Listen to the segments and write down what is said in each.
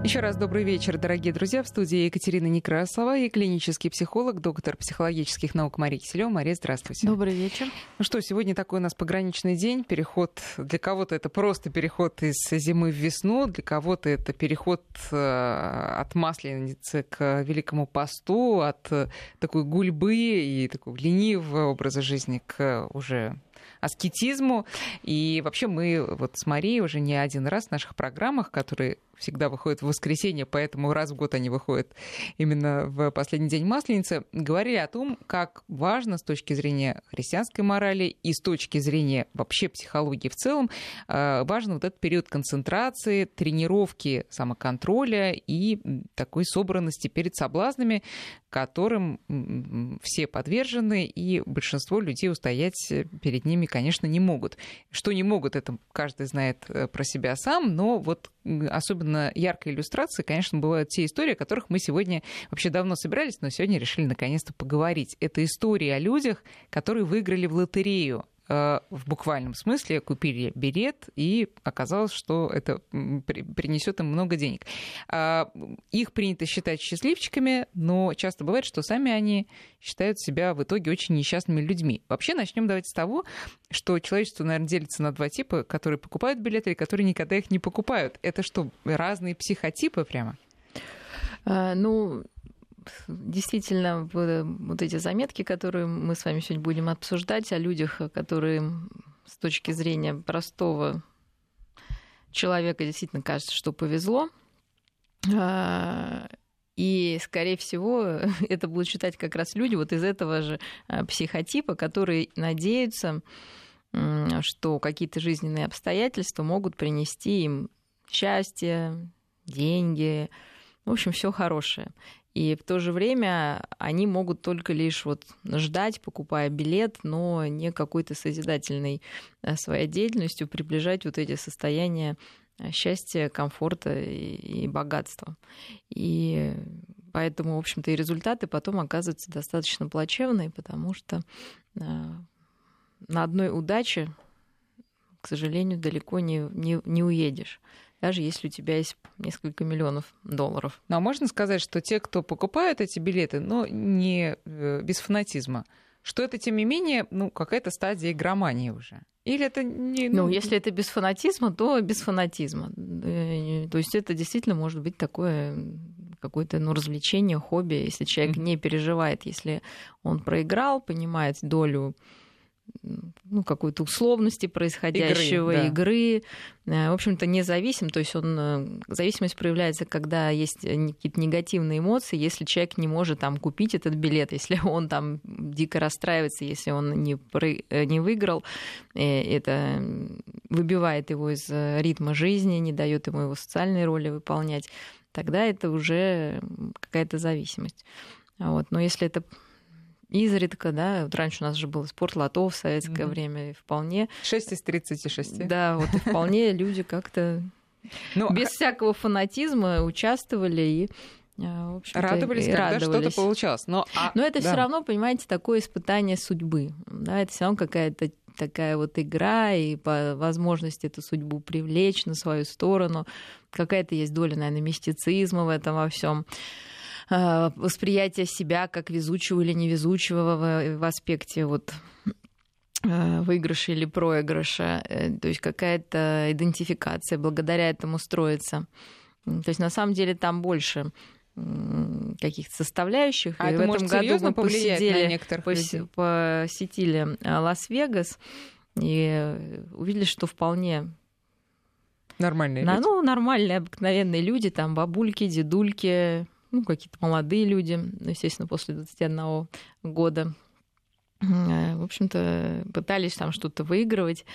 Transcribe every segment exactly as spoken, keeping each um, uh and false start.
Еще раз добрый вечер, дорогие друзья. В студии Екатерина Некрасова и клинический психолог, доктор психологических наук Мария Киселева. Мария, здравствуйте. Добрый вечер. Ну что, сегодня такой у нас пограничный день. Переход, для кого-то это просто переход из зимы в весну, для кого-то это переход от Масленицы к Великому посту, от такой гульбы и такого ленивого образа жизни к уже аскетизму. И вообще мы вот с Марией уже не один раз в наших программах, которые всегда выходят в воскресенье, поэтому раз в год они выходят именно в последний день Масленицы, говорили о том, как важно с точки зрения христианской морали и с точки зрения вообще психологии в целом, важен вот этот период концентрации, тренировки самоконтроля и такой собранности перед соблазнами, которым все подвержены, и большинство людей устоять перед ними, конечно, не могут. Что не могут, это каждый знает про себя сам, но вот особенно яркой иллюстрацией, конечно, бывают те истории, о которых мы сегодня вообще давно собирались, но сегодня решили наконец-то поговорить. Это истории о людях, которые выиграли в лотерею. В буквальном смысле купили билет, и оказалось, что это принесет им много денег. Их принято считать счастливчиками, но часто бывает, что сами они считают себя в итоге очень несчастными людьми. Вообще начнем давайте с того, что человечество, наверное, делится на два типа, которые покупают билеты и которые никогда их не покупают. Это что, разные психотипы прямо? А, ну... Действительно, вот эти заметки, которые мы с вами сегодня будем обсуждать, о людях, которые с точки зрения простого человека действительно кажется, что повезло. И, скорее всего, это будут считать как раз люди вот из этого же психотипа, которые надеются, что какие-то жизненные обстоятельства могут принести им счастье, деньги, в общем, все хорошее. И в то же время они могут только лишь вот ждать, покупая билет, но не какой-то созидательной своей деятельностью приближать вот эти состояния счастья, комфорта и богатства. И поэтому, в общем-то, и результаты потом оказываются достаточно плачевные, потому что на одной удаче, к сожалению, далеко не, не, не уедешь, даже если у тебя есть несколько миллионов долларов. Ну, а можно сказать, что те, кто покупают эти билеты, но не без фанатизма, что это, тем не менее, ну, какая-то стадия игромании уже? Или это не... Ну, ну, если это без фанатизма, то без фанатизма. То есть это действительно может быть такое какое-то ну, развлечение, хобби, если человек mm-hmm. не переживает, если он проиграл, понимает долю ну, какой-то условности происходящего, игры, да. игры. В общем-то, независим. То есть он, зависимость проявляется, когда есть какие-то негативные эмоции, если человек не может там, купить этот билет, если он там дико расстраивается, если он не, про... не выиграл, это выбивает его из ритма жизни, не дает ему его социальные роли выполнять, тогда это уже какая-то зависимость. Вот. Но если это изредка, да, вот раньше у нас же был спорт лото в советское mm-hmm. время, и вполне... шесть из тридцати шести. Да, вот и вполне люди как-то ну, без а... всякого фанатизма участвовали и в радовались, и когда радовались. Что-то получалось. Но, а... Но это да. все равно, понимаете, такое испытание судьбы. Да, это все равно какая-то такая вот игра, и по возможности эту судьбу привлечь на свою сторону. Какая-то есть доля, наверное, мистицизма в этом во всем. Восприятие себя как везучего или невезучего в, в аспекте вот, выигрыша или проигрыша. То есть какая-то идентификация благодаря этому строится. То есть на самом деле там больше каких-то составляющих. А и это в может этом году серьезно мы повлиять посидели, на некоторых пос, людей? посетили Лас-Вегас и увидели, что вполне... Нормальные на, люди. Ну, нормальные, обыкновенные люди, там бабульки, дедульки, ну, какие-то молодые люди, естественно, после двадцати одного года, в общем-то, пытались там что-то выигрывать.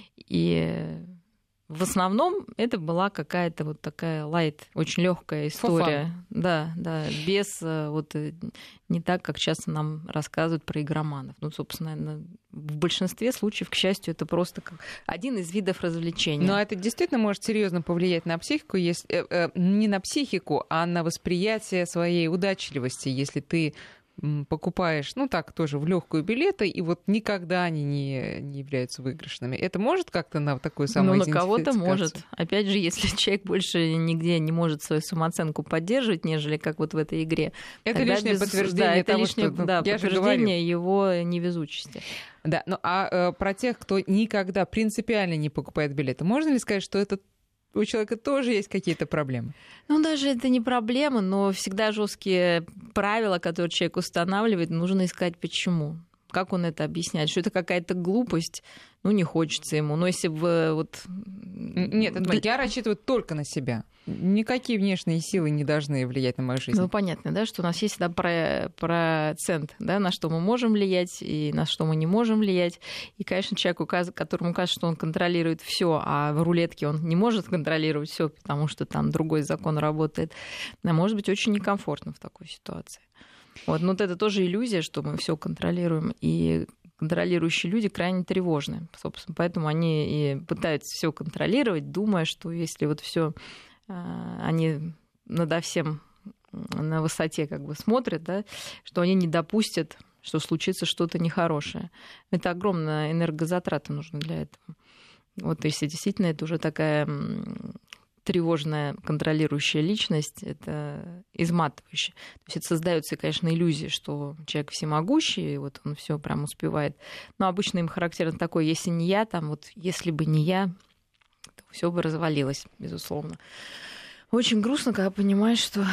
И в основном это была какая-то вот такая лайт, очень легкая история. Да, да, без вот не так, как часто нам рассказывают про игроманов. Ну, собственно, наверное, в большинстве случаев, к счастью, это просто как один из видов развлечения. Но это действительно может серьезно повлиять на психику, если, э, э, не на психику, а на восприятие своей удачливости, если ты покупаешь, ну так, тоже в легкую билеты, и вот никогда они не, не являются выигрышными. Это может как-то на такую самоидентификацию? Ну, на кого-то может. Опять же, если человек больше нигде не может свою самооценку поддерживать, нежели как вот в этой игре. Это лишнее без... подтверждение да, это того, лишнее, что... Ну, да, я подтверждение его невезучести. Да, ну а э, про тех, кто никогда принципиально не покупает билеты, можно ли сказать, что это у человека тоже есть какие-то проблемы? Ну, даже это не проблема, но всегда жесткие правила, которые человек устанавливает, нужно искать почему. Как он это объясняет? Что это какая-то глупость? Ну, не хочется ему. Но если бы вот... Нет, это, я рассчитываю только на себя. Никакие внешние силы не должны влиять на мою жизнь. Ну, понятно, да, что у нас есть да, про, процент, да, на что мы можем влиять и на что мы не можем влиять. И, конечно, человеку, которому кажется, что он контролирует все, а в рулетке он не может контролировать все, потому что там другой закон работает, может быть очень некомфортно в такой ситуации. Вот, но вот это тоже иллюзия, что мы все контролируем. И контролирующие люди крайне тревожны. Собственно, поэтому они и пытаются все контролировать, думая, что если вот все они надо всем на высоте как бы смотрят, да, что они не допустят, что случится что-то нехорошее. Это огромная энергозатрата нужна для этого. Вот если действительно это уже такая тревожная контролирующая личность, это изматывающе. То есть это создается, конечно, иллюзия, что человек всемогущий, и вот он все прям успевает. Но обычно им характерно такое: если не я, там вот если бы не я, то все бы развалилось, безусловно. Очень грустно, когда понимаешь, что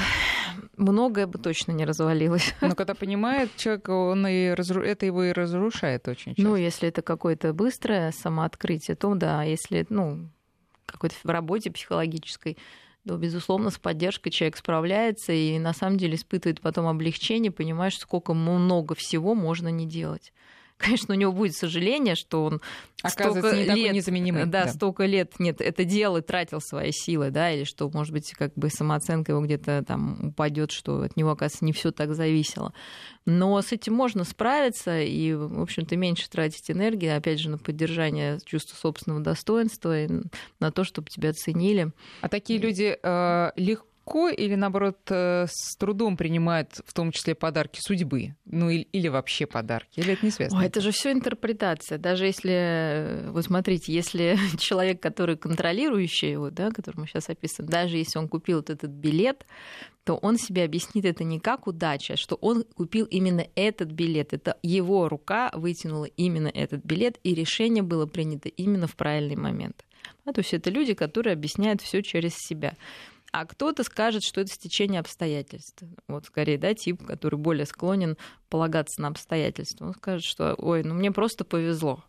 многое бы точно не развалилось. Но когда понимает человек, он и разру... это его и разрушает очень часто. Ну, если это какое-то быстрое самооткрытие, то да, если, ну, какой-то в работе психологической, то, безусловно, с поддержкой человек справляется и на самом деле испытывает потом облегчение, понимаешь, сколько много всего можно не делать. Конечно, у него будет сожаление, что он столько лет, незаменимый. Да, да, столько лет нет, это делал и тратил свои силы, да, или что, может быть, как бы самооценка его где-то там упадет, что от него, оказывается, не все так зависело. Но с этим можно справиться и, в общем-то, меньше тратить энергии, опять же, на поддержание чувства собственного достоинства, и на то, чтобы тебя оценили. А такие люди э, легко или, наоборот, с трудом принимают в том числе подарки судьбы? Ну, или, или вообще подарки? Или это не связано? Ой, это же все интерпретация. Даже если, вот смотрите, если человек, который контролирующий его, да, который мы сейчас описываем, даже если он купил вот этот билет, то он себе объяснит это не как удача, что он купил именно этот билет. Это его рука вытянула именно этот билет, и решение было принято именно в правильный момент. А, то есть это люди, которые объясняют все через себя. А кто-то скажет, что это стечение обстоятельств. Вот скорее, да, тип, который более склонен полагаться на обстоятельства. Он скажет, что, ой, ну мне просто повезло.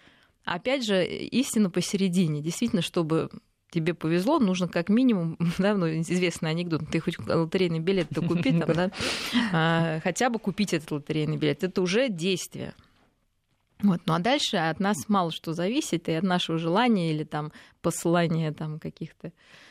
Опять же, истина посередине. Действительно, чтобы тебе повезло, нужно как минимум, да, ну, известный анекдот, ты хоть лотерейный билет-то купи, там, да, а, хотя бы купить этот лотерейный билет. Это уже действие. Вот. Ну а дальше от нас мало что зависит, и от нашего желания или там посылания там каких-то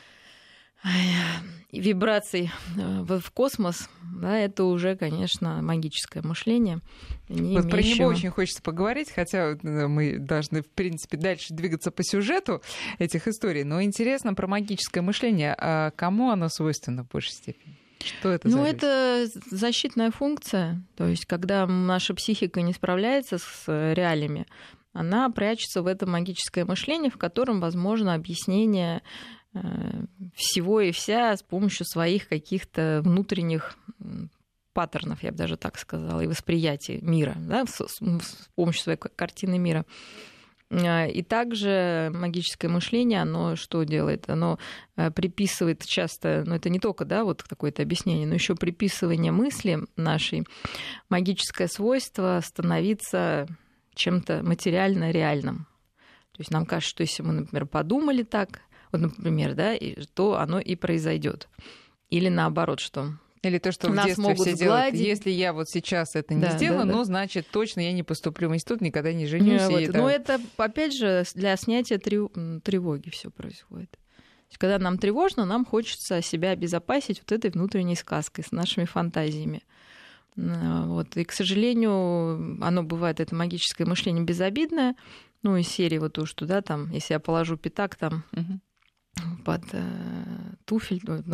вибраций в космос, да, это уже, конечно, магическое мышление. Не вот имеющего... Про него очень хочется поговорить, хотя мы должны, в принципе, дальше двигаться по сюжету этих историй. Но интересно про магическое мышление. А кому оно свойственно в большей степени? Что это за Ну, люди? это защитная функция. То есть, когда наша психика не справляется с реалиями, она прячется в это магическое мышление, в котором возможно объяснение всего и вся с помощью своих каких-то внутренних паттернов, я бы даже так сказала, и восприятия мира, да, с, с помощью своей картины мира. И также магическое мышление, оно что делает? Оно приписывает часто, ну это не только, да, вот какое-то объяснение, но еще приписывание мысли нашей, магическое свойство становиться чем-то материально реальным. То есть нам кажется, что если мы, например, подумали так, вот, например, да, и то оно и произойдет. Или наоборот, что Или то, что нас в детстве могут все сгладить. делают. Если я вот сейчас это не да, сделаю, да, да. ну, значит, точно я не поступлю в институт, никогда не женюсь. Вот. И, Но да. это, опять же, для снятия тревоги все происходит. То есть, когда нам тревожно, нам хочется себя обезопасить вот этой внутренней сказкой с нашими фантазиями. Вот. И, к сожалению, оно бывает, это магическое мышление, безобидное. Ну, из серии вот то, что, да, там, если я положу пятак там угу. под э, туфель, ну, под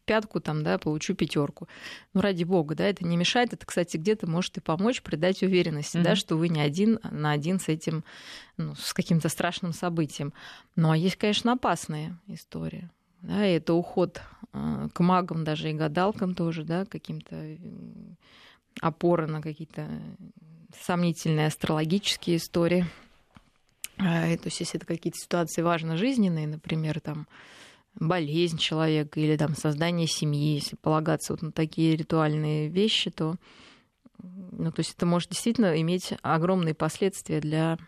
пятку, там, да, получу пятерку. Ну, ради бога, да, это не мешает. Это, кстати, где-то может и помочь придать уверенности, mm-hmm. да, что вы не один на один с этим, ну, с каким-то страшным событием. Ну, а есть, конечно, опасные истории. Да, и это уход э, к магам даже и гадалкам тоже, да, каким-то опоры на какие-то сомнительные астрологические истории. А, то есть, если это какие-то ситуации важно жизненные, например, там, болезнь человека или там, создание семьи, если полагаться вот на такие ритуальные вещи, то, ну, то есть это может действительно иметь огромные последствия для,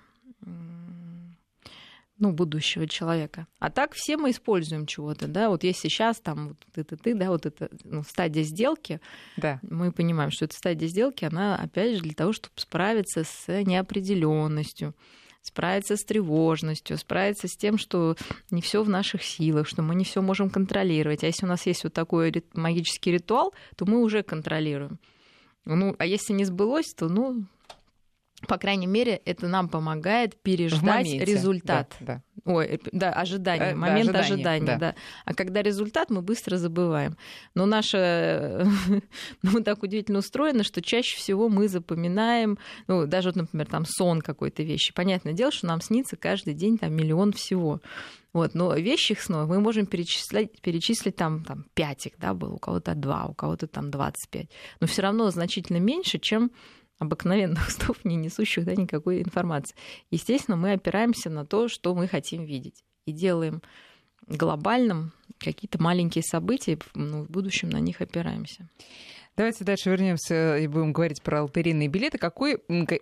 ну, будущего человека. А так все мы используем чего-то, да, вот если сейчас там вот это ты, да, вот это, ну, стадия сделки, да. Мы понимаем, что эта стадия сделки, она опять же для того, чтобы справиться с неопределенностью, справиться с тревожностью, справиться с тем, что не все в наших силах, что мы не все можем контролировать. А если у нас есть вот такой магический ритуал, то мы уже контролируем. Ну, а если не сбылось, то, ну, по крайней мере, это нам помогает переждать результат. Да, да. Ой, да, ожидание, момент да, ожидание, ожидания, да. да. А когда результат, мы быстро забываем. Но наше, ну, мы так удивительно устроено, что чаще всего мы запоминаем, ну, даже, вот, например, там сон какой-то вещи. Понятное дело, что нам снится каждый день там миллион всего. Вот, но вещих снов мы можем перечислять, перечислить там, там пять их, да, было, у кого-то два, у кого-то там двадцать пять. Но все равно значительно меньше, чем обыкновенных снов, не несущих, да, никакой информации. Естественно, мы опираемся на то, что мы хотим видеть. И делаем глобальным какие-то маленькие события, ну, в будущем на них опираемся. Давайте дальше вернемся и будем говорить про лотерейные билеты. Какой,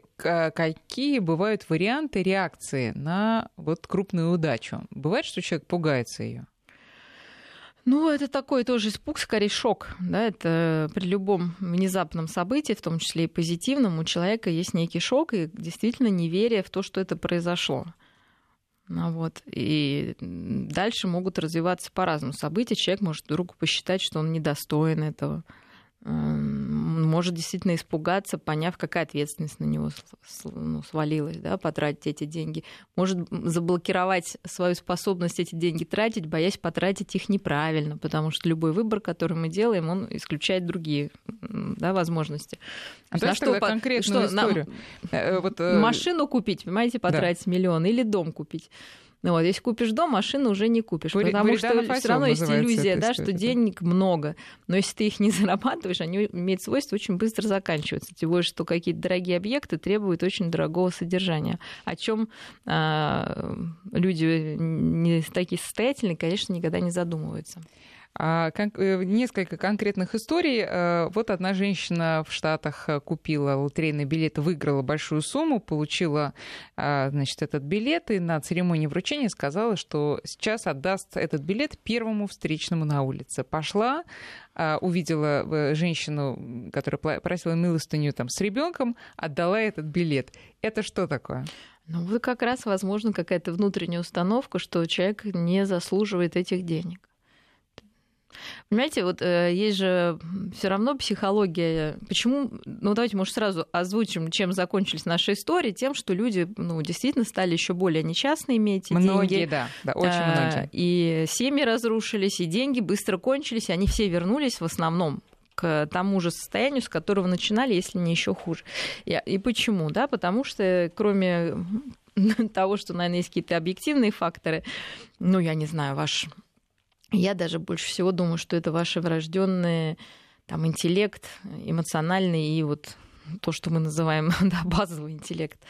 какие бывают варианты реакции на вот крупную удачу? Бывает, что человек пугается ее? Ну, это такой тоже испуг, скорее шок. Да? Это при любом внезапном событии, в том числе и позитивном, у человека есть некий шок и действительно неверие в то, что это произошло. Ну, вот. И дальше могут развиваться по-разному события. Человек может вдруг посчитать, что он недостоин этого. Может действительно испугаться, поняв, какая ответственность на него свалилась, да, потратить эти деньги. Может заблокировать свою способность эти деньги тратить, боясь потратить их неправильно, потому что любой выбор, который мы делаем, он исключает другие, да, возможности. А то, что конкретную что, историю? Нам вот, машину купить, понимаете, потратить да. миллион, или дом купить. Ну, вот, если купишь дом, машину уже не купишь, Бури, потому что все равно есть иллюзия, да, что денег много. Но если ты их не зарабатываешь, они имеют свойство очень быстро заканчиваться. Тем более, что какие-то дорогие объекты требуют очень дорогого содержания. О чем а, люди не такие состоятельные, конечно, никогда не задумываются. Несколько конкретных историй. Вот одна женщина в Штатах купила лотерейный билет, выиграла большую сумму, получила, значит, этот билет и на церемонии вручения сказала, что сейчас отдаст этот билет первому встречному на улице. Пошла, увидела женщину, которая просила милостыню там, с ребенком, отдала этот билет. Это что такое? Ну, вот как раз, возможно, какая-то внутренняя установка, что человек не заслуживает этих денег. Понимаете, вот э, есть же все равно психология. Почему? Ну, давайте, может, сразу озвучим, чем закончились наши истории, тем, что люди, ну, действительно стали еще более несчастны, иметь деньги. Многие, да, да, очень а, многие. И семьи разрушились, и деньги быстро кончились, и они все вернулись в основном к тому же состоянию, с которого начинали, если не еще хуже. И, и почему? Да, потому что кроме того, что, наверное, есть какие-то объективные факторы, ну, я не знаю, ваш... Я даже больше всего думаю, что это ваш врожденный там, интеллект, эмоциональный и вот то, что мы называем да, базовый интеллект.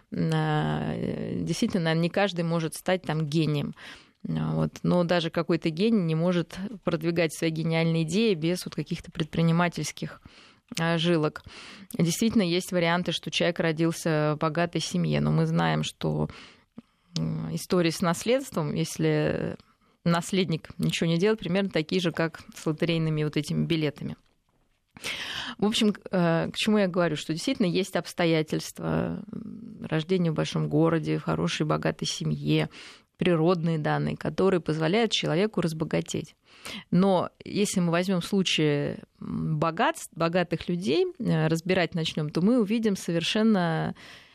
Действительно, наверное, не каждый может стать там гением. Вот. Но даже какой-то гений не может продвигать свои гениальные идеи без вот каких-то предпринимательских жилок. Действительно, есть варианты, что человек родился в богатой семье, но мы знаем, что истории с наследством, если наследник ничего не делает, примерно такие же, как с лотерейными вот этими билетами. В общем, к чему я говорю, что действительно есть обстоятельства рождения в большом городе, в хорошей, богатой семье, природные данные, которые позволяют человеку разбогатеть. Но если мы возьмем случаи богатств, богатых людей, разбирать начнем, то мы увидим совершенно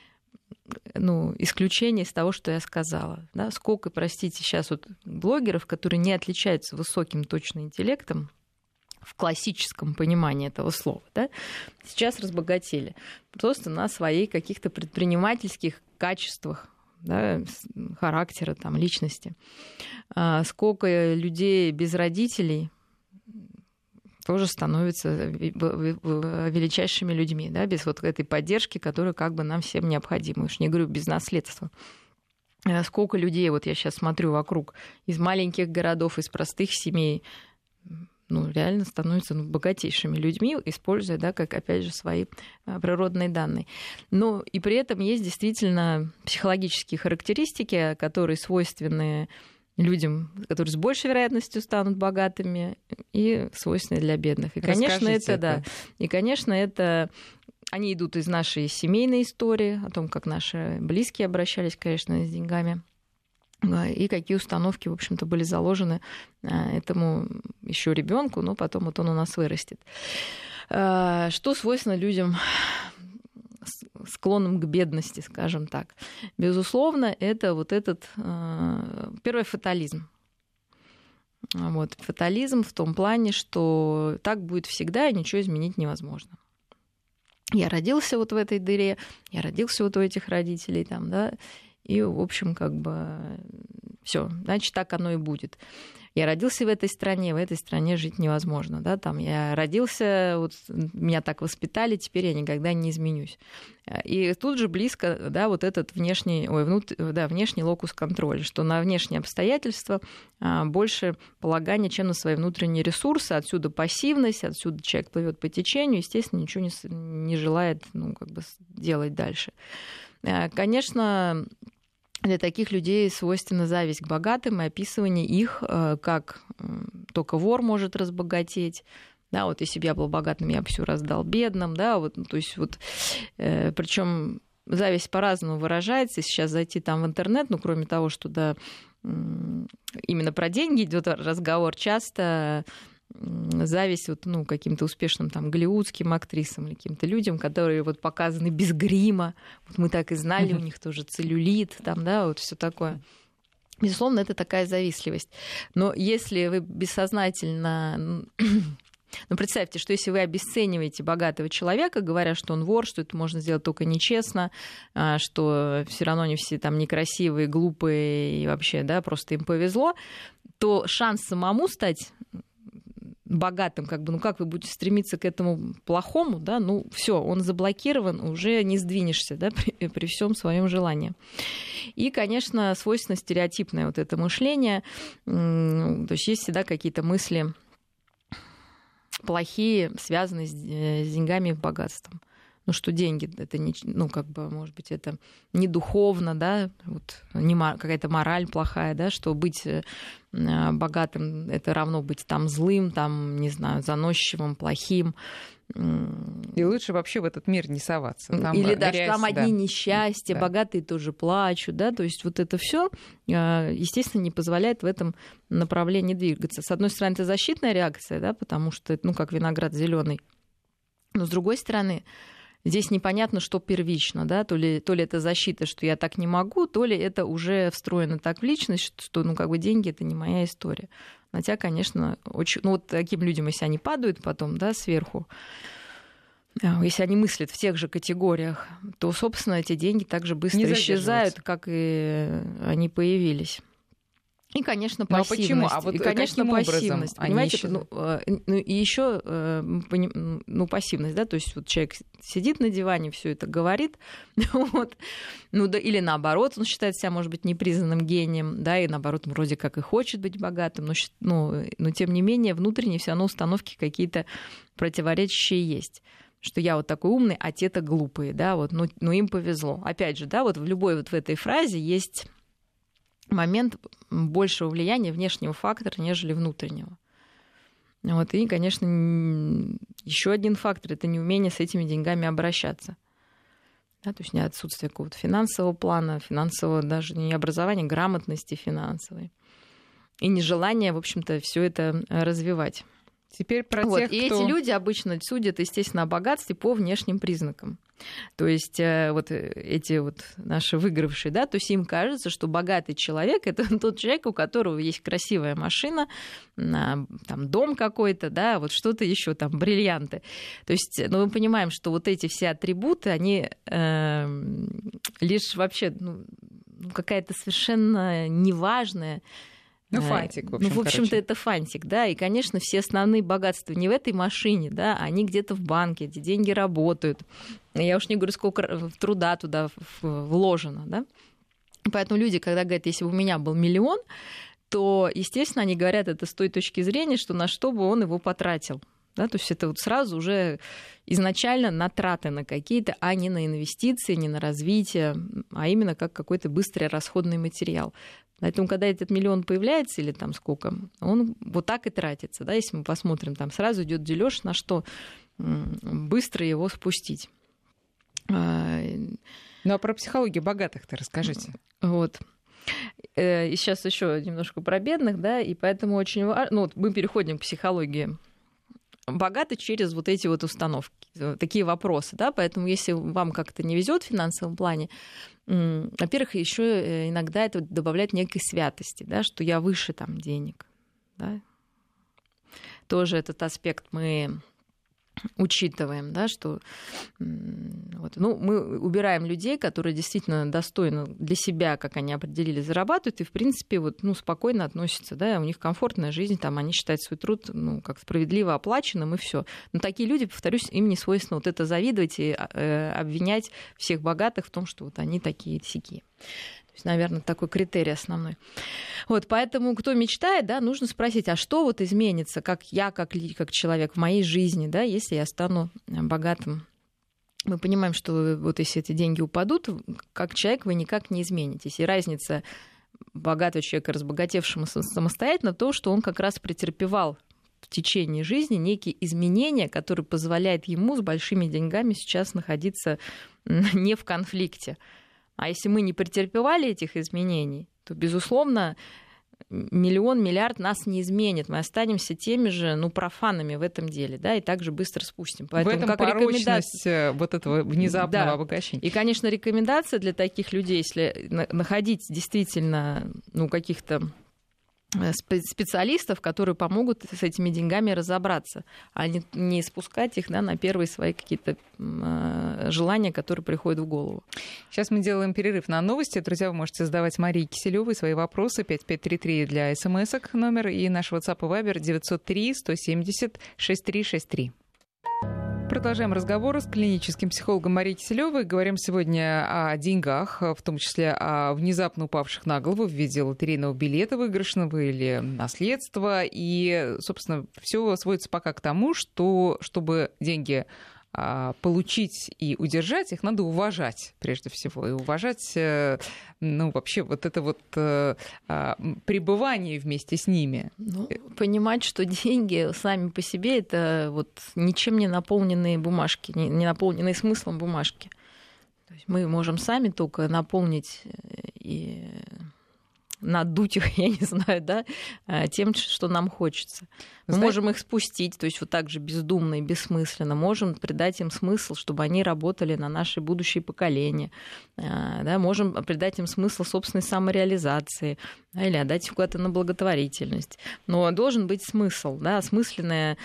ну, исключение из того, что я сказала. Да? Сколько, простите, сейчас вот блогеров, которые не отличаются высоким точным интеллектом, в классическом понимании этого слова, да, сейчас разбогатели просто на своих каких-то предпринимательских качествах, да, характера, там, личности. А сколько людей без родителей тоже становятся величайшими людьми, да, без вот этой поддержки, которая как бы нам всем необходима. Уж не говорю, без наследства. Сколько людей, вот я сейчас смотрю вокруг, из маленьких городов, из простых семей, ну, реально становятся ну, богатейшими людьми, используя, да, как, опять же, свои природные данные. Но и при этом есть действительно психологические характеристики, которые свойственны людям, которые с большей вероятностью станут богатыми, и свойственны для бедных. И, конечно, это, это, да. И, конечно, это они идут из нашей семейной истории, о том, как наши близкие обращались, конечно, с деньгами. И какие установки, в общем-то, были заложены этому еще ребенку, но потом вот он у нас вырастет. Что свойственно людям, склонным к бедности, скажем так? Безусловно, это вот этот первый фатализм. Вот, фатализм в том плане, что так будет всегда, и ничего изменить невозможно. Я родился вот в этой дыре, я родился вот у этих родителей, там, да, и, в общем, как бы все, значит, так оно и будет. Я родился в этой стране, в этой стране жить невозможно. Да? Там я родился, вот, меня так воспитали, теперь я никогда не изменюсь. И тут же близко, да, вот этот внешний, ой, внут, да, внешний локус контроля, что на внешние обстоятельства больше полагания, чем на свои внутренние ресурсы. Отсюда пассивность, отсюда человек плывет по течению, естественно, ничего не, не желает, ну, как бы делать дальше. Конечно, для таких людей свойственна зависть к богатым и описывание их, как только вор может разбогатеть. Да, вот если бы я был богатым, я бы все раздал бедным. Да, вот, то есть вот, э, причем зависть по-разному выражается. Если сейчас зайти там в интернет, ну, кроме того, что да, именно про деньги идет разговор, часто зависть вот, ну, каким-то успешным там голливудским актрисам или каким-то людям, которые вот показаны без грима. Вот мы так и знали, у них тоже целлюлит, там, да, вот все такое. Безусловно, это такая завистливость. Но если вы бессознательно... Ну, представьте, что если вы обесцениваете богатого человека, говоря, что он вор, что это можно сделать только нечестно, что все равно они все там некрасивые, глупые и вообще, да, просто им повезло, то шанс самому стать богатым, как бы, ну как вы будете стремиться к этому плохому, да, ну все, он заблокирован, уже не сдвинешься, да, при, при всем своем желании. И, конечно, свойственно стереотипное вот это мышление, то есть есть всегда какие-то мысли плохие, связанные с деньгами и богатством. Ну, что деньги, это не, ну, как бы, может быть, это не духовно, да, вот, не какая-то мораль плохая, да, что быть богатым, это равно быть там злым, там, не знаю, заносчивым, плохим. И лучше вообще в этот мир не соваться. Там Или грязь, даже там одни да. несчастья, да. Богатые тоже плачут, да, то есть вот это все, естественно, не позволяет в этом направлении двигаться. С одной стороны, это защитная реакция, да, потому что это, ну, как виноград зеленый, но с другой стороны, здесь непонятно, что первично, да, то ли, то ли это защита, что я так не могу, то ли это уже встроено так в личность, что, ну, как бы деньги — это не моя история. Хотя, конечно, очень, ну, вот таким людям, если они падают потом, да, сверху, если они мыслят в тех же категориях, то, собственно, эти деньги так же быстро исчезают, как и они появились. И, конечно, пассивность. Ну, а почему? А вот и, конечно, пассивность. Понимаете, ещё... ну, ну, и еще ну, пассивность, да, то есть вот человек сидит на диване, все это говорит, вот, ну, да, или наоборот, он считает себя, может быть, непризнанным гением, да, и наоборот, вроде как и хочет быть богатым, но, ну, но тем не менее, внутренне все равно установки какие-то противоречащие есть. Что я вот такой умный, а те-то глупые, да, вот, ну, ну, им повезло. Опять же, да, вот в любой вот в этой фразе есть момент большего влияния внешнего фактора, нежели внутреннего. Вот. И, конечно, еще один фактор — это неумение с этими деньгами обращаться. Да, то есть не отсутствие какого-то финансового плана, финансового даже не образования, грамотности финансовой. И нежелание, в общем-то, все это развивать. Теперь про вот. тех, И кто... эти люди обычно судят, естественно, о богатстве по внешним признакам. То есть вот эти вот наши выигравшие, да, то есть им кажется, что богатый человек — это тот человек, у которого есть красивая машина, там, дом какой-то, да, вот что-то еще там, бриллианты. То есть, ну, мы понимаем, что вот эти все атрибуты, они э, лишь вообще ну, какая-то совершенно неважная. Ну, фантик, в общем, Ну, в общем-то, короче. это фантик, да, и, конечно, все основные богатства не в этой машине, да, они где-то в банке, где деньги работают. Я уж не говорю, сколько труда туда вложено, да. Поэтому люди, когда говорят, если бы у меня был миллион, то, естественно, они говорят это с той точки зрения, что на что бы он его потратил. Да, то есть это вот сразу уже изначально на траты на какие-то, а не на инвестиции, не на развитие, а именно как какой-то быстрый расходный материал. Поэтому, когда этот миллион появляется, или там сколько, он вот так и тратится. Да, если мы посмотрим, там сразу идет дележ, на что быстро его спустить. Ну а про психологию богатых-то расскажите. Вот. И сейчас еще немножко про бедных, да, и поэтому очень важно. Ну, вот мы переходим к психологии. Богаты через вот эти вот установки, такие вопросы, да, поэтому если вам как-то не везет в финансовом плане, во-первых, еще иногда это добавляет некой святости, да, что я выше там денег, да. Тоже этот аспект мы учитываем, да, что вот, ну, мы убираем людей, которые действительно достойно для себя, как они определили, зарабатывают, и, в принципе, вот, ну, спокойно относятся, да, у них комфортная жизнь, там, они считают свой труд, ну, как справедливо оплаченным, и все. Но такие люди, повторюсь, им не свойственно вот это завидовать и э, обвинять всех богатых в том, что вот они такие-сякие. То есть, наверное, такой критерий основной. Вот, поэтому, кто мечтает, да, нужно спросить, а что вот изменится, как я, как, как человек в моей жизни, да, если я стану богатым. Мы понимаем, что вот если эти деньги упадут, как человек вы никак не изменитесь. И разница богатого человека, разбогатевшего самостоятельно, то, что он как раз претерпевал в течение жизни некие изменения, которые позволяют ему с большими деньгами сейчас находиться не в конфликте. А если мы не претерпевали этих изменений, то, безусловно, миллион, миллиард нас не изменит. Мы останемся теми же, ну, профанами в этом деле, да, и также быстро спустим. Поэтому, в этом как порочность рекомендация... вот этого внезапного да. обогащения. И, конечно, рекомендация для таких людей, если находить действительно, ну, каких-то специалистов, которые помогут с этими деньгами разобраться, а не, не спускать их, да, на первые свои какие-то э, желания, которые приходят в голову. Сейчас мы делаем перерыв на новости. Друзья, вы можете задавать Марии Киселёвой свои вопросы. пять пять три три для смс-ок номер и наш WhatsApp и Viber девятьсот три сто семьдесят шестьдесят три шестьдесят три. Продолжаем разговор с клиническим психологом Марией Киселёвой. Говорим сегодня о деньгах, в том числе о внезапно упавших на голову в виде лотерейного билета выигрышного или наследства. И, собственно, все сводится пока к тому, что чтобы деньги получить и удержать, их надо уважать прежде всего. И уважать, ну, вообще вот это вот пребывание вместе с ними. Ну, понимать, что деньги сами по себе — это вот ничем не наполненные бумажки, не наполненные смыслом бумажки. То есть мы можем сами только наполнить и надуть их, я не знаю, да, тем, что нам хочется. Мы Знаете... можем их спустить, то есть вот так же бездумно и бессмысленно, можем придать им смысл, чтобы они работали на наши будущие поколения, да, можем придать им смысл собственной самореализации, да, или отдать их куда-то на благотворительность. Но должен быть смысл, да, осмысленное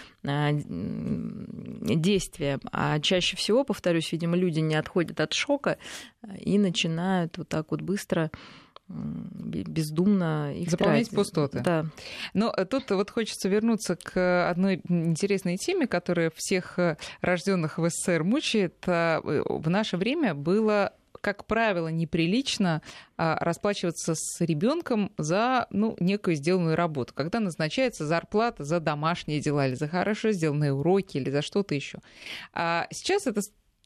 действие. А чаще всего, повторюсь, видимо, люди не отходят от шока и начинают вот так вот быстро бездумно их заполнять тратить. Пустоты. Да. Но тут вот хочется вернуться к одной интересной теме, которая всех рожденных в СССР мучает. В наше время было, как правило, неприлично расплачиваться с ребенком за, ну, некую сделанную работу, когда назначается зарплата за домашние дела или за хорошо сделанные уроки или за что-то еще. А сейчас это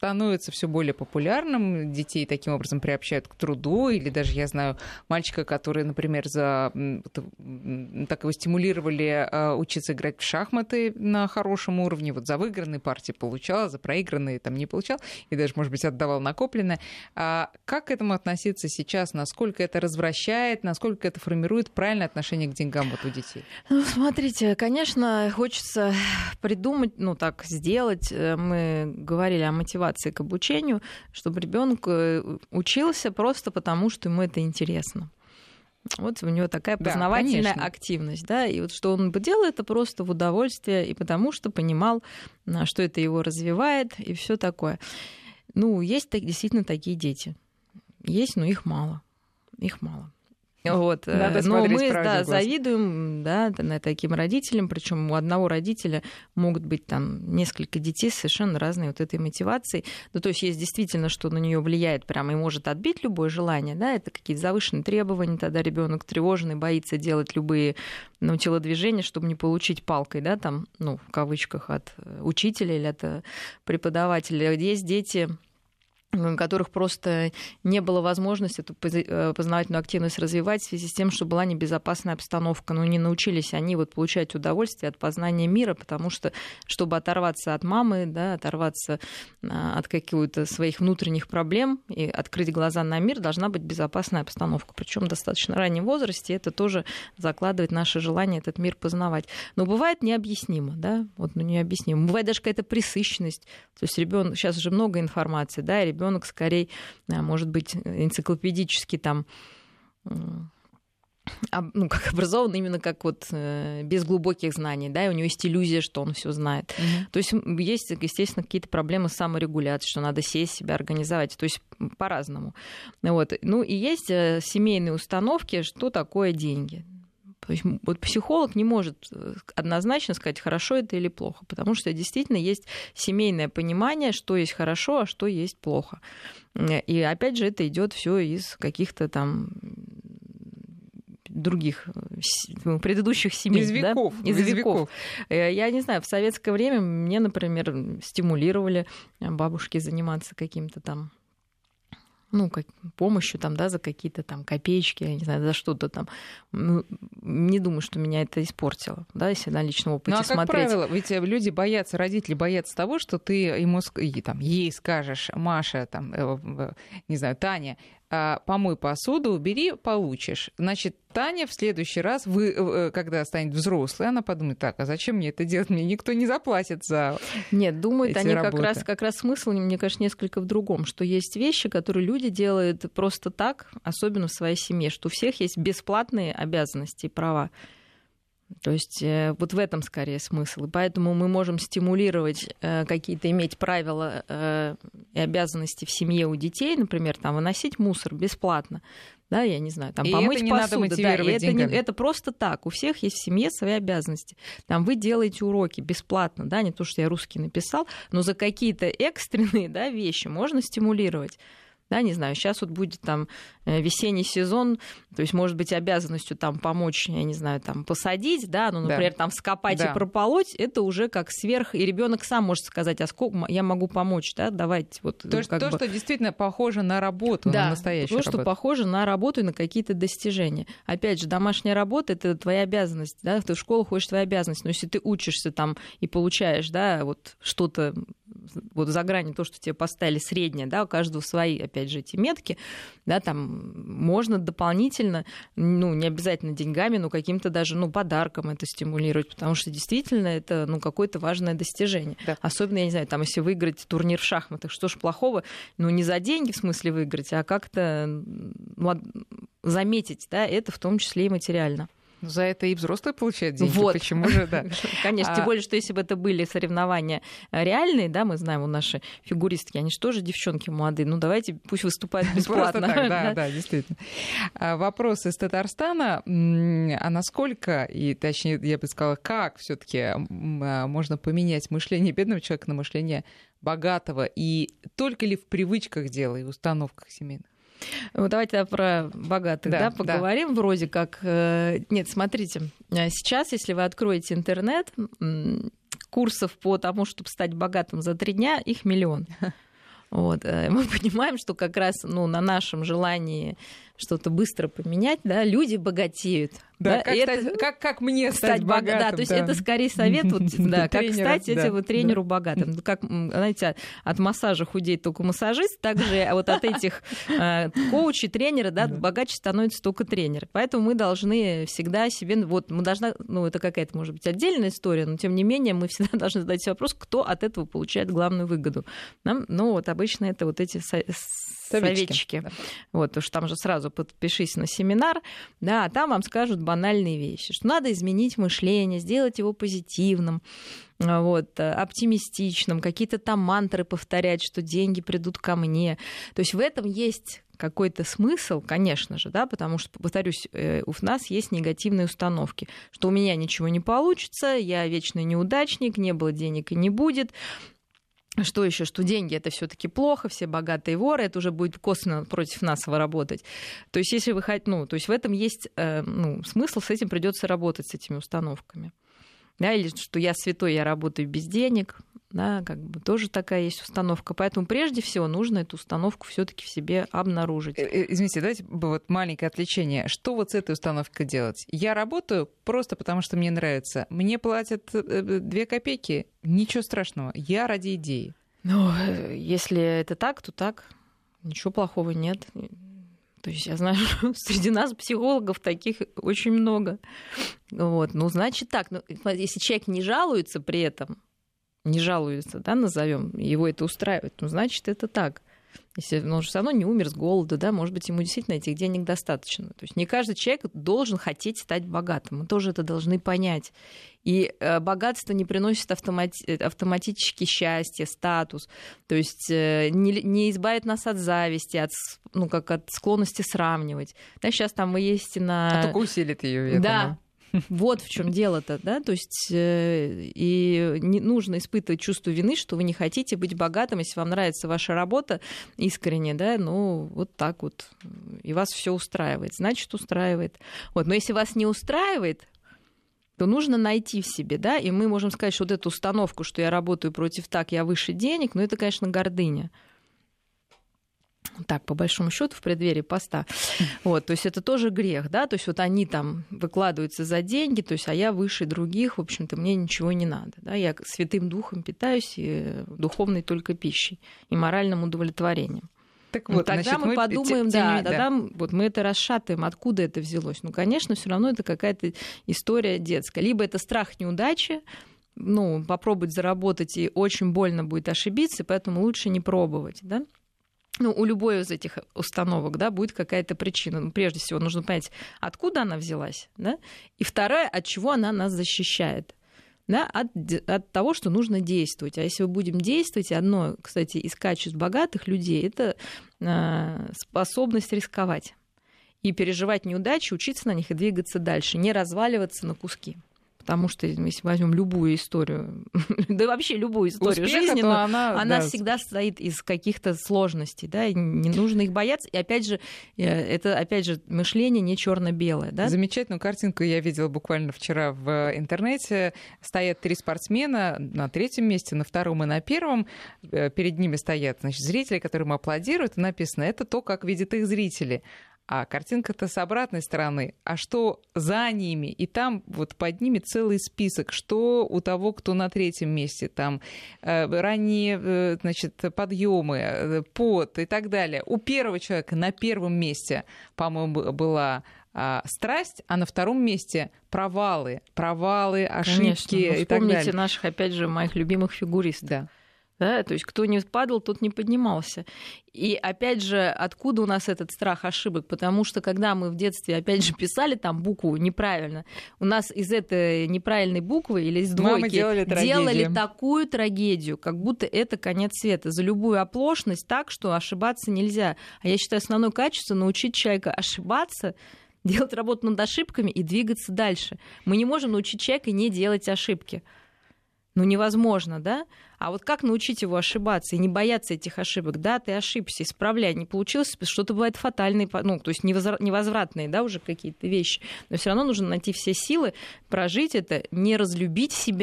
становится все более популярным, детей таким образом приобщают к труду, или даже, я знаю, мальчика, который, например, за... так его стимулировали учиться играть в шахматы на хорошем уровне, вот за выигранные партии получал, за проигранные там не получал, и даже, может быть, отдавал накопленное. А как к этому относиться сейчас? Насколько это развращает, насколько это формирует правильное отношение к деньгам вот у детей? Ну, смотрите, конечно, хочется придумать, ну, так сделать. Мы говорили о мотивации к обучению, чтобы ребенок учился просто потому, что ему это интересно. Вот у него такая познавательная да, активность, да, и вот что он бы делал, это просто в удовольствие, и потому что понимал, что это его развивает, и все такое. Ну, есть действительно такие дети. Есть, но их мало. Их мало. Вот. Но мы да, завидуем да, таким родителям, причем у одного родителя могут быть там несколько детей с совершенно разной вот этой мотивацией. Ну, то есть есть действительно, что на нее влияет прямо и может отбить любое желание, да, это какие-то завышенные требования, тогда ребенок тревожный, боится делать любые ну, телодвижения, чтобы не получить палкой, да, там, ну, в кавычках, от учителя или от преподавателя. Есть дети, у которых просто не было возможности эту познавательную активность развивать в связи с тем, что была небезопасная обстановка. Но не научились они вот получать удовольствие от познания мира, потому что, чтобы оторваться от мамы, да, оторваться от каких-то своих внутренних проблем и открыть глаза на мир, должна быть безопасная обстановка. Причем в достаточно раннем возрасте это тоже закладывает наше желание этот мир познавать. Но бывает необъяснимо, да, вот ну, необъяснимо. Бывает даже какая-то пресыщенность. То есть ребенок, сейчас уже много информации, да, и ребенок Ребенок скорее, может быть, энциклопедически там, ну, как образован именно как вот без глубоких знаний, да, и у него есть иллюзия, что он все знает. Mm-hmm. То есть есть, естественно, какие-то проблемы с саморегуляцией, что надо сесть, себя организовать, то есть по-разному. Вот. Ну и есть семейные установки, что такое деньги. То есть вот психолог не может однозначно сказать, хорошо это или плохо, потому что действительно есть семейное понимание, что есть хорошо, а что есть плохо. И опять же, это идет все из каких-то там других предыдущих семей. Из веков. Да? Из, из веков. веков. Я не знаю, в советское время мне, например, стимулировали бабушки заниматься каким-то там ну, как, помощью там, да, за какие-то там копеечки, я не знаю, за что-то там. Ну, не думаю, что меня это испортило, да, если на личном опыте ну, а смотреть. Как правило, ведь люди боятся, родители боятся того, что ты ему, там, ей скажешь, Маша, там, не знаю, Таня, помой посуду, убери, получишь. Значит, Таня в следующий раз, вы, когда станет взрослой, она подумает, так, а зачем мне это делать? Мне никто не заплатит за Нет, думают эти они работы. как раз, как раз смысл, мне кажется, несколько в другом, что есть вещи, которые люди делают просто так, особенно в своей семье, что у всех есть бесплатные обязанности и права. То есть вот в этом скорее смысл. И поэтому мы можем стимулировать какие-то, иметь правила и обязанности в семье у детей, например, там, выносить мусор бесплатно. Да, я не знаю, там, и помыть это не посуду. Надо мотивировать да, и это, не, деньгами. это просто так. У всех есть в семье свои обязанности. Там, вы делаете уроки бесплатно, да, не то, что я русский написал, но за какие-то экстренные да, вещи можно стимулировать. Да, не знаю, сейчас вот будет там весенний сезон, то есть, может быть, обязанностью там помочь, я не знаю, там посадить, да, ну, например, да. там вскопать да. и прополоть, это уже как сверх, и ребенок сам может сказать, а сколько я могу помочь, да, давайте вот. То, как то бы... что действительно похоже на работу, да, на настоящую то, работу. что похоже на работу и на какие-то достижения. Опять же, домашняя работа — это твоя обязанность, да, ты в школу ходишь, твоя обязанность, но если ты учишься там и получаешь, да, вот что-то вот за гранью, то, что тебе поставили среднее, да, у каждого свои, опять же, эти метки, да, там можно дополнительно, ну, не обязательно деньгами, но каким-то даже, ну, подарком это стимулировать, потому что действительно это, ну, какое-то важное достижение. Да. Особенно, я не знаю, там, если выиграть турнир в шахматах, что ж плохого, ну, не за деньги, в смысле, выиграть, а как-то ну, заметить, да, это в том числе и материально. За это и взрослые получают деньги. Вот. Почему же, да? Конечно, тем более, что если бы это были соревнования реальные, да, мы знаем, у наши фигуристки, они же тоже девчонки молодые, ну давайте пусть выступают бесплатно. Просто так, да, да, действительно. Вопрос из Татарстана. А насколько, и точнее, я бы сказала, как все-таки можно поменять мышление бедного человека на мышление богатого? И только ли в привычках дело и установках семейных? Ну, давайте про богатых да, да, поговорим. Да. Вроде как... Нет, смотрите, сейчас, если вы откроете интернет, курсов по тому, чтобы стать богатым за три дня, их миллион. Вот. Мы понимаем, что как раз ну, на нашем желании что-то быстро поменять, да, люди богатеют. Да, да? Как, это, стать, как, как мне стать, стать богатым. Да, то есть да. это скорее совет, вот, да, как стать этому да, тренеру да. богатым. Как, знаете, от массажа худеет только массажист, также вот от этих э, коучей, тренера, да, да, богаче становится только тренер. Поэтому мы должны всегда себе, вот мы должны, ну это какая-то, может быть, отдельная история, но тем не менее мы всегда должны задать себе вопрос, кто от этого получает главную выгоду. Нам, ну вот обычно это вот эти со- советчики. Да. Вот, потому что там же сразу подпишись на семинар, да, а там вам скажут банальные вещи, что надо изменить мышление, сделать его позитивным, вот, оптимистичным, какие-то там мантры повторять, что деньги придут ко мне. То есть в этом есть какой-то смысл, конечно же, да, потому что, повторюсь, у нас есть негативные установки, что у меня ничего не получится, я вечный неудачник, не было денег и не будет. Что еще? Что деньги — это все-таки плохо, все богатые воры, это уже будет косвенно против нас работать. То есть, если вы хотите, ну, то есть в этом есть ну, смысл, с этим придется работать, с этими установками. Да, или что я святой, я работаю без денег, да, как бы тоже такая есть установка. Поэтому прежде всего нужно эту установку все-таки в себе обнаружить. Извините, давайте вот маленькое отвлечение. Что вот с этой установкой делать? Я работаю просто потому, что мне нравится. Мне платят две копейки, ничего страшного. Я ради идеи. Ну, если это так, то так. Ничего плохого нет. То есть я знаю, что среди нас психологов таких очень много. Вот. Ну, значит так, ну, если человек не жалуется при этом, не жалуется, да, назовем, его это устраивает, ну, значит, это так. Если он же все равно не умер с голода, да, может быть, ему действительно этих денег достаточно. То есть не каждый человек должен хотеть стать богатым. Мы тоже это должны понять. И богатство не приносит автомати- автоматически счастье, статус. То есть не, не избавит нас от зависти, от, ну, как от склонности сравнивать. Да, сейчас там вы есть на... А только усилит ее, я да. думаю. Вот в чем дело-то, да, то есть э, и не нужно испытывать чувство вины, что вы не хотите быть богатым, если вам нравится ваша работа искренне, да, ну вот так вот, и вас все устраивает, значит устраивает. Вот, но если вас не устраивает, то нужно найти в себе, да, и мы можем сказать, что вот эту установку, что я работаю против так, я выше денег, но это, конечно, гордыня. Так, по большому счету в преддверии поста. Вот, то есть это тоже грех, да, то есть вот они там выкладываются за деньги, то есть, а я выше других, в общем-то, мне ничего не надо, да, я святым духом питаюсь, и духовной только пищей, и моральным удовлетворением. Так вот, ну, тогда значит, мы, мы подумаем, да, менее, тогда да. вот мы это расшатаем, откуда это взялось. Ну, конечно, все равно это какая-то история детская. Либо это страх неудачи, ну, попробовать заработать, и очень больно будет ошибиться, поэтому лучше не пробовать, да. Ну, у любой из этих установок, да, будет какая-то причина. Ну, прежде всего, нужно понять, откуда она взялась, да, и второе, от чего она нас защищает, да, от, от того, что нужно действовать. А если мы будем действовать, одно, кстати, из качеств богатых людей, это э, способность рисковать и переживать неудачи, учиться на них и двигаться дальше, не разваливаться на куски. Потому что если возьмем любую историю, да вообще любую историю успеха, жизни, но она, она да, всегда состоит из каких-то сложностей, да, и не нужно их бояться. И опять же, это опять же мышление не черно-белое, да. Замечательную картинку я видела буквально вчера в интернете. Стоят три спортсмена на третьем месте, на втором и на первом. Перед ними стоят, значит, зрители, которым аплодируют, и написано: это то, как видят их зрители. А картинка-то с обратной стороны. А что за ними? И там вот под ними целый список, что у того, кто на третьем месте. Там э, ранние э, значит, подъемы, э, пот и так далее. У первого человека на первом месте, по-моему, была э, страсть, а на втором месте провалы. Провалы, ошибки. Конечно. Ну, и так далее. вспомните наших, опять же, моих любимых фигуристов. Да. Да, то есть кто не падал, тот не поднимался. И опять же, откуда у нас этот страх ошибок? Потому что когда мы в детстве, опять же, писали там букву неправильно, у нас из этой неправильной буквы или из двойки делали, делали такую трагедию, как будто это конец света. За любую оплошность так, что ошибаться нельзя. А я считаю, основное качество — научить человека ошибаться, делать работу над ошибками и двигаться дальше. Мы не можем научить человека не делать ошибки. Ну, невозможно, да? А вот как научить его ошибаться и не бояться этих ошибок? Да, ты ошибся, исправляй, не получилось, что-то бывает фатальное, ну, то есть невозвратные, да, уже какие-то вещи. Но все равно нужно найти все силы, прожить это, не разлюбить себя,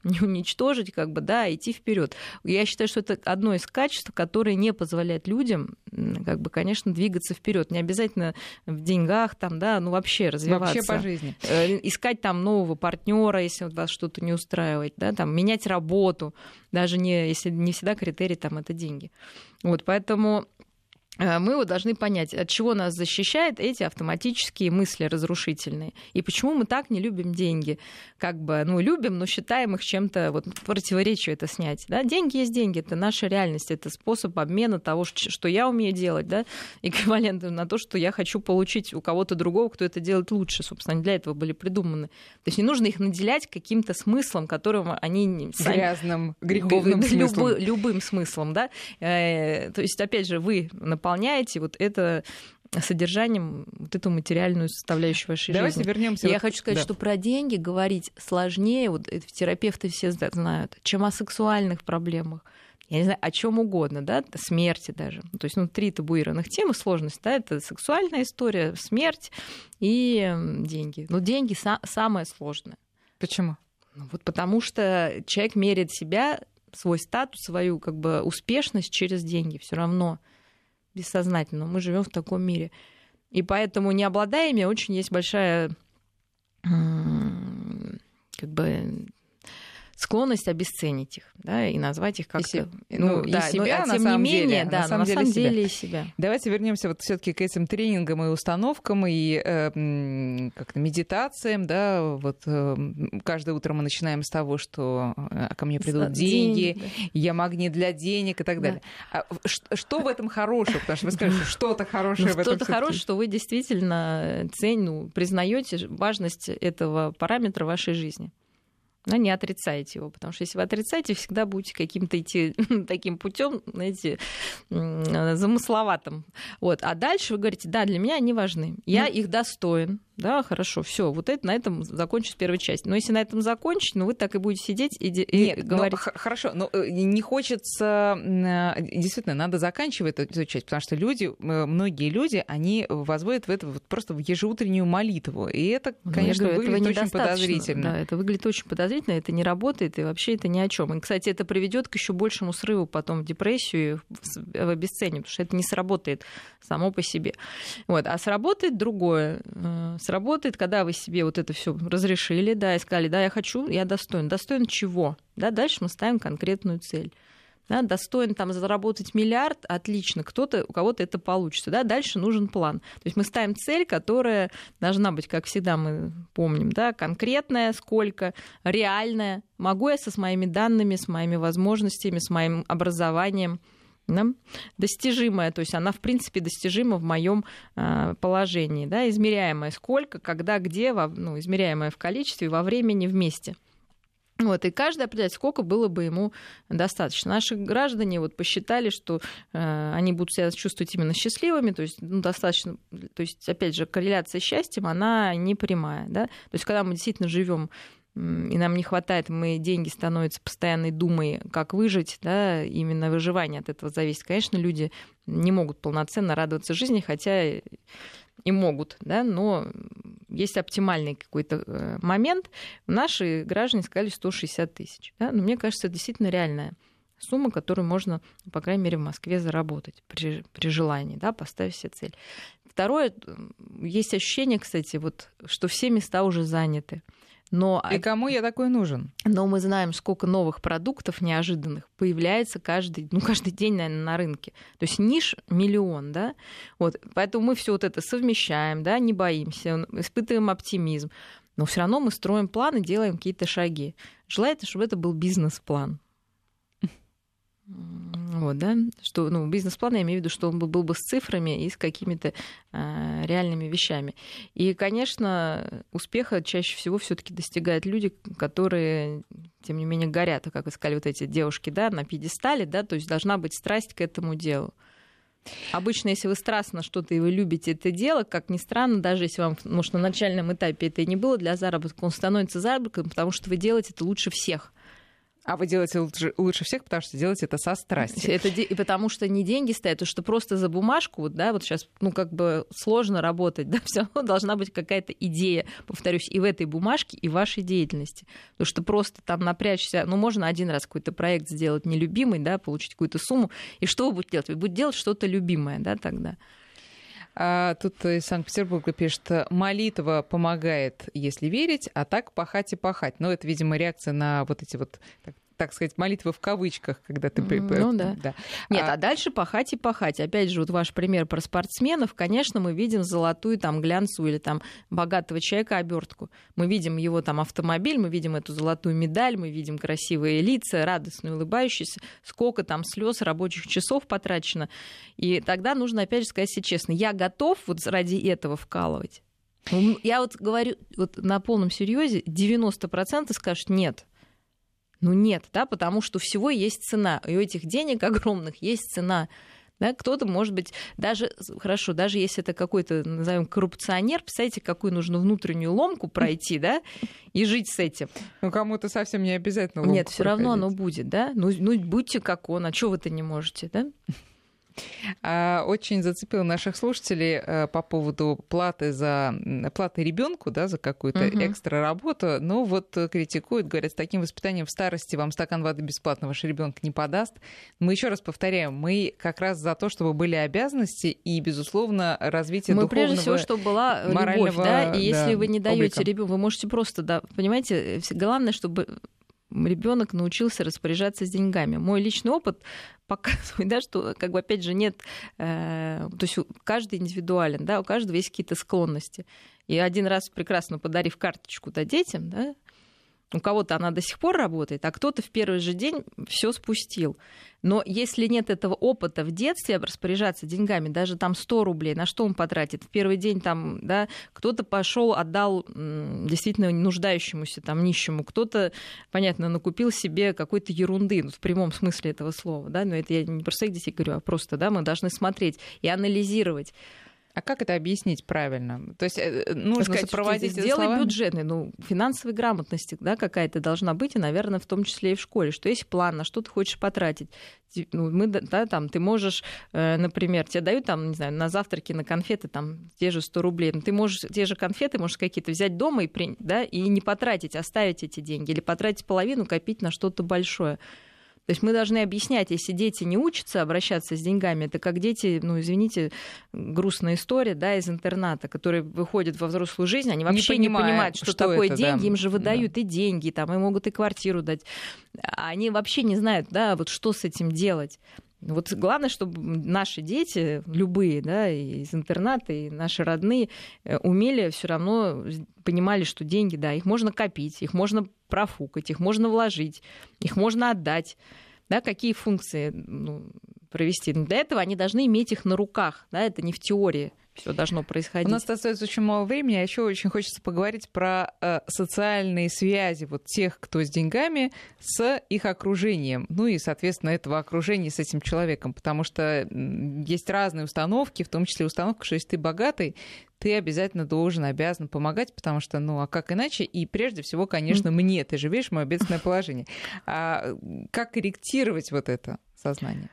не уничтожить, как бы, да, а идти вперед. Я считаю, что это одно из качеств, которое не позволяет людям, как бы, конечно, двигаться вперед. Не обязательно в деньгах, там, да, ну вообще развиваться. Вообще по жизни. Искать там нового партнера, если вас что-то не устраивает, да, там, менять работу, даже не, если не всегда критерий там это деньги. Вот, поэтому мы вот должны понять, от чего нас защищают эти автоматические мысли разрушительные. И почему мы так не любим деньги. Как бы, ну, любим, но считаем их чем-то, вот, противоречию это снять. Да? Деньги есть деньги, это наша реальность, это способ обмена того, что я умею делать, да, эквивалентом на то, что я хочу получить у кого-то другого, кто это делает лучше. Собственно, они для этого были придуманы. То есть не нужно их наделять каким-то смыслом, которым они... Грязным, греховным смыслом. Любым, любым смыслом, да. То есть, опять же, вы наполняете вот это содержанием, вот эту материальную составляющую вашей Давайте жизни. Вернемся. Я вот... хочу сказать, да. что про деньги говорить сложнее, вот терапевты все знают, чем о сексуальных проблемах. Я не знаю, о чем угодно, да, смерти даже. То есть, ну, три табуированных темы, сложность, да, это сексуальная история, смерть и деньги. Но деньги са- самое сложное. Почему? Ну, вот потому что человек меряет себя, свой статус, свою, как бы, успешность через деньги все равно. Бессознательно. Мы живем в таком мире. И поэтому, не обладая ими, очень есть большая как бы склонность обесценить их, да, и назвать их как-то... И, ну, ну, и да, себя, но, а тем не менее, деле, да, на самом, на деле, самом себя. деле и себя. Давайте вернемся вот все-таки к этим тренингам и установкам, и э, как-то медитациям, да, вот э, каждое утро мы начинаем с того, что а, ко мне придут деньги, деньги да. я магнит для денег и так далее. Да. А, что, что в этом хорошего? Потому что вы скажете, что-то хорошее ну, в этом. Что-то хорошее, что вы действительно цень, ну, признаете важность этого параметра в вашей жизни. Но не отрицаете его, потому что если вы отрицаете, всегда будете каким-то идти таким путем, знаете, замысловатым. Вот. А дальше вы говорите, да, для меня они важны, я их достоин. Да, хорошо, все, вот это, на этом закончить первую часть. Но если на этом закончить, ну вы так и будете сидеть и, и Нет, говорить. Ну, хорошо, но не хочется, действительно, надо заканчивать эту часть, потому что люди, многие люди, они возводят в это вот просто в ежеутреннюю молитву, и это, конечно, ну, выглядит очень подозрительно. Да, это выглядит очень подозрительно, это не работает, и вообще это ни о чем. И, кстати, это приведет к еще большему срыву потом в депрессию, в обесценивание, потому что это не сработает само по себе. Вот. А сработает другое. Сработает, когда вы себе вот это все разрешили, да, и сказали, да, я хочу, я достоин. Достоин чего? Да, дальше мы ставим конкретную цель. Да, достоин там заработать миллиард, отлично, кто-то, у кого-то это получится. Да, дальше нужен план. То есть мы ставим цель, которая должна быть, как всегда мы помним, да, конкретная, сколько, реальная. Могу я со с моими данными, с моими возможностями, с моим образованием, да, достижимая, то есть она, в принципе, достижима в моем э, положении, да, измеряемая сколько, когда, где, во, ну, измеряемая в количестве, во времени, вместе. Вот, и каждый определяет, сколько было бы ему достаточно. Наши граждане вот посчитали, что э, они будут себя чувствовать именно счастливыми, то есть, ну, достаточно, то есть, опять же, корреляция с счастьем, она не прямая, да, то есть, когда мы действительно живем и нам не хватает, мы деньги становятся постоянной думой, как выжить, да, именно выживание от этого зависит. Конечно, люди не могут полноценно радоваться жизни, хотя и могут, да, но есть оптимальный какой-то момент. Наши граждане сказали сто шестьдесят тысяч. Да? Но мне кажется, это действительно реальная сумма, которую можно, по крайней мере, в Москве заработать при, при желании, да, поставив себе цель. Второе, есть ощущение, кстати, вот, что все места уже заняты. Но, и кому я такой нужен? Но мы знаем, сколько новых продуктов неожиданных появляется каждый, ну, каждый день, наверное, на рынке. То есть ниш миллион, да? Вот, поэтому мы все вот это совмещаем, да, не боимся, испытываем оптимизм. Но все равно мы строим планы, делаем какие-то шаги. Желательно, чтобы это был бизнес-план. Вот, да? Что, ну, бизнес-план, я имею в виду, что он был бы с цифрами и с какими-то э, реальными вещами. И, конечно, успеха чаще всего все-таки достигают люди, которые, тем не менее, горят, как вы сказали, вот эти девушки, да, на пьедестале, да, то есть должна быть страсть к этому делу. Обычно, если вы страстно что-то и вы любите это дело, как ни странно, даже если вам, может, на начальном этапе это и не было для заработка, он становится заработком, потому что вы делаете это лучше всех. А вы делаете лучше, лучше всех, потому что делаете это со страстью. Это и потому что не деньги стоят, то что просто за бумажку, вот, да, вот сейчас, ну, как бы сложно работать, да, все равно должна быть какая-то идея, повторюсь, и в этой бумажке, и в вашей деятельности. Потому что просто там напрячься, ну, можно один раз какой-то проект сделать нелюбимый, да, получить какую-то сумму, и что вы будете делать? Вы будете делать что-то любимое, да, тогда. А тут из Санкт-Петербурга пишет: молитва помогает, если верить, а так пахать и пахать. Ну, это, видимо, реакция на вот эти вот, так, так сказать, молитвы в кавычках, когда ты... Ну да. да. Нет, а... а дальше пахать и пахать. Опять же, вот ваш пример про спортсменов, конечно, мы видим золотую там глянцу или там богатого человека обертку. Мы видим его там автомобиль, мы видим эту золотую медаль, мы видим красивые лица, радостные, улыбающиеся, сколько там слез, рабочих часов потрачено. И тогда нужно, опять же, сказать себе честно, я готов вот ради этого вкалывать. Я вот говорю вот на полном серьезе, девяносто процентов скажут нет. Ну нет, да, потому что у всего есть цена, и у этих денег огромных есть цена. Да, кто-то, может быть, даже, хорошо, даже если это какой-то, назовем, коррупционер, представляете, какую нужно внутреннюю ломку пройти, да, и жить с этим. Ну, кому-то совсем не обязательно ломку Нет, все равно оно будет, да. Ну, ну, будьте как он, а чего вы-то не можете, да? Очень зацепил наших слушателей по поводу платы за платы ребенку, да, за какую-то uh-huh. экстра работу. Ну вот критикуют, говорят, с таким воспитанием в старости вам стакан воды бесплатно ваш ребенок не подаст. Мы еще раз повторяем, мы как раз за то, чтобы были обязанности и, безусловно, развитие мы духовного, прежде всего, чтобы была любовь, да, и если да, вы не даете облика. ребенку, вы можете просто, да, понимаете, главное, чтобы ребенок научился распоряжаться с деньгами. Мой личный опыт показывает, да, что, как бы, опять же, нет, э, то есть каждый индивидуален, да, у каждого есть какие-то склонности. И один раз прекрасно подарив карточку, да, детям, да, у кого-то она до сих пор работает, а кто-то в первый же день все спустил. Но если нет этого опыта в детстве распоряжаться деньгами, даже там сто рублей, на что он потратит? В первый день там, да, кто-то пошел, отдал действительно нуждающемуся, там, нищему, кто-то, понятно, накупил себе какой-то ерунды, ну, в прямом смысле этого слова, да, но это я не про своих детей говорю, а просто, да, мы должны смотреть и анализировать. А как это объяснить правильно? То есть нужно сказать, сопроводить это сделай словами? Бюджетный, ну, финансовой грамотности, да, какая-то должна быть, и, наверное, в том числе и в школе, что есть план, на что ты хочешь потратить. Ну, мы, да, там, ты можешь, например, тебе дают там, не знаю, на завтраки, на конфеты там те же сто рублей, но ты можешь те же конфеты можешь какие-то взять дома и, принять, да, и не потратить, оставить эти деньги, или потратить половину, копить на что-то большое. То есть мы должны объяснять, если дети не учатся обращаться с деньгами, это как дети, ну, извините, грустная история, да, из интерната, которые выходят во взрослую жизнь, они вообще не, не понимают, что, что такое это, деньги, да. Им же выдают да. и деньги, там, им могут и квартиру дать. Они вообще не знают, да, вот что с этим делать. Вот главное, чтобы наши дети, любые, да, из интерната, и наши родные, умели все равно, понимали, что деньги, да, их можно копить, их можно профукать, их можно вложить, их можно отдать, да, какие функции ну, провести. Но для этого они должны иметь их на руках, да, это не в теории. Все должно происходить. У нас остается очень мало времени, а еще очень хочется поговорить про э, социальные связи вот тех, кто с деньгами, с их окружением. Ну и, соответственно, этого окружения с этим человеком. Потому что есть разные установки, в том числе установка, что если ты богатый, ты обязательно должен, обязан помогать, потому что, ну, а как иначе? И прежде всего, конечно, мне, ты же видишь мое бедственное положение. А как корректировать вот это сознание?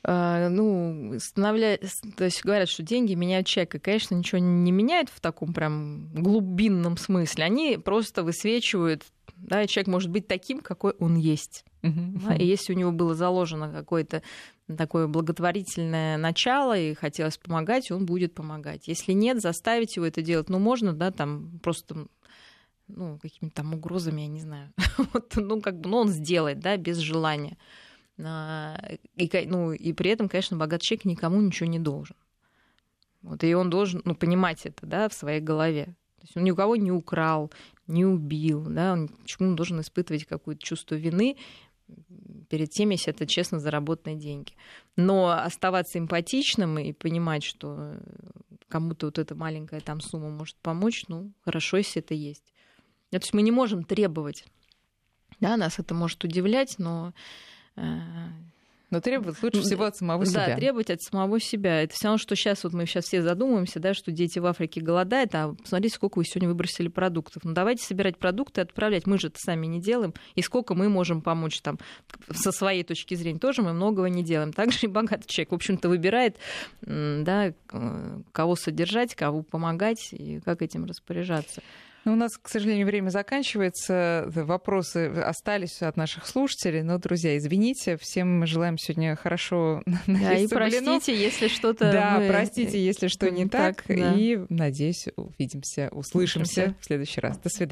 Ну, становля... то есть говорят, что деньги меняют человека. Конечно, ничего не меняют в таком прям глубинном смысле. Они просто высвечивают, да, и человек может быть таким, какой он есть. Uh-huh. Да, и если у него было заложено какое-то такое благотворительное начало и хотелось помогать, он будет помогать. Если нет, заставить его это делать, ну, можно, да, там просто... ну, какими-то там угрозами, я не знаю. вот, ну, как бы, ну, он сделает, да, без желания. И, ну, и при этом, конечно, богатый человек никому ничего не должен. Вот, и он должен ну, понимать это, да, в своей голове. То есть он ни у кого не украл, не убил, да, он почему должен испытывать какое-то чувство вины перед тем, если это честно заработанные деньги. Но оставаться эмпатичным и понимать, что кому-то вот эта маленькая там сумма может помочь, ну, хорошо, если это есть. То есть мы не можем требовать, да, нас это может удивлять, но... Но требовать лучше всего от самого себя. Да, требовать от самого себя. Это все равно, что сейчас вот мы сейчас все задумываемся, да, что дети в Африке голодают, а посмотрите, сколько вы сегодня выбросили продуктов. Ну давайте собирать продукты и отправлять. Мы же это сами не делаем. И сколько мы можем помочь там со своей точки зрения тоже мы многого не делаем. Также и богатый человек, в общем-то, выбирает, да, кого содержать, кому помогать и как этим распоряжаться. Ну, у нас, к сожалению, время заканчивается. Вопросы остались от наших слушателей. Но, друзья, извините. Всем мы желаем сегодня хорошо наесться да, и простите, блинов. Если что-то... Да, мы... простите, если что не так. так да. И, надеюсь, увидимся, услышимся, услышимся в следующий раз. До свидания.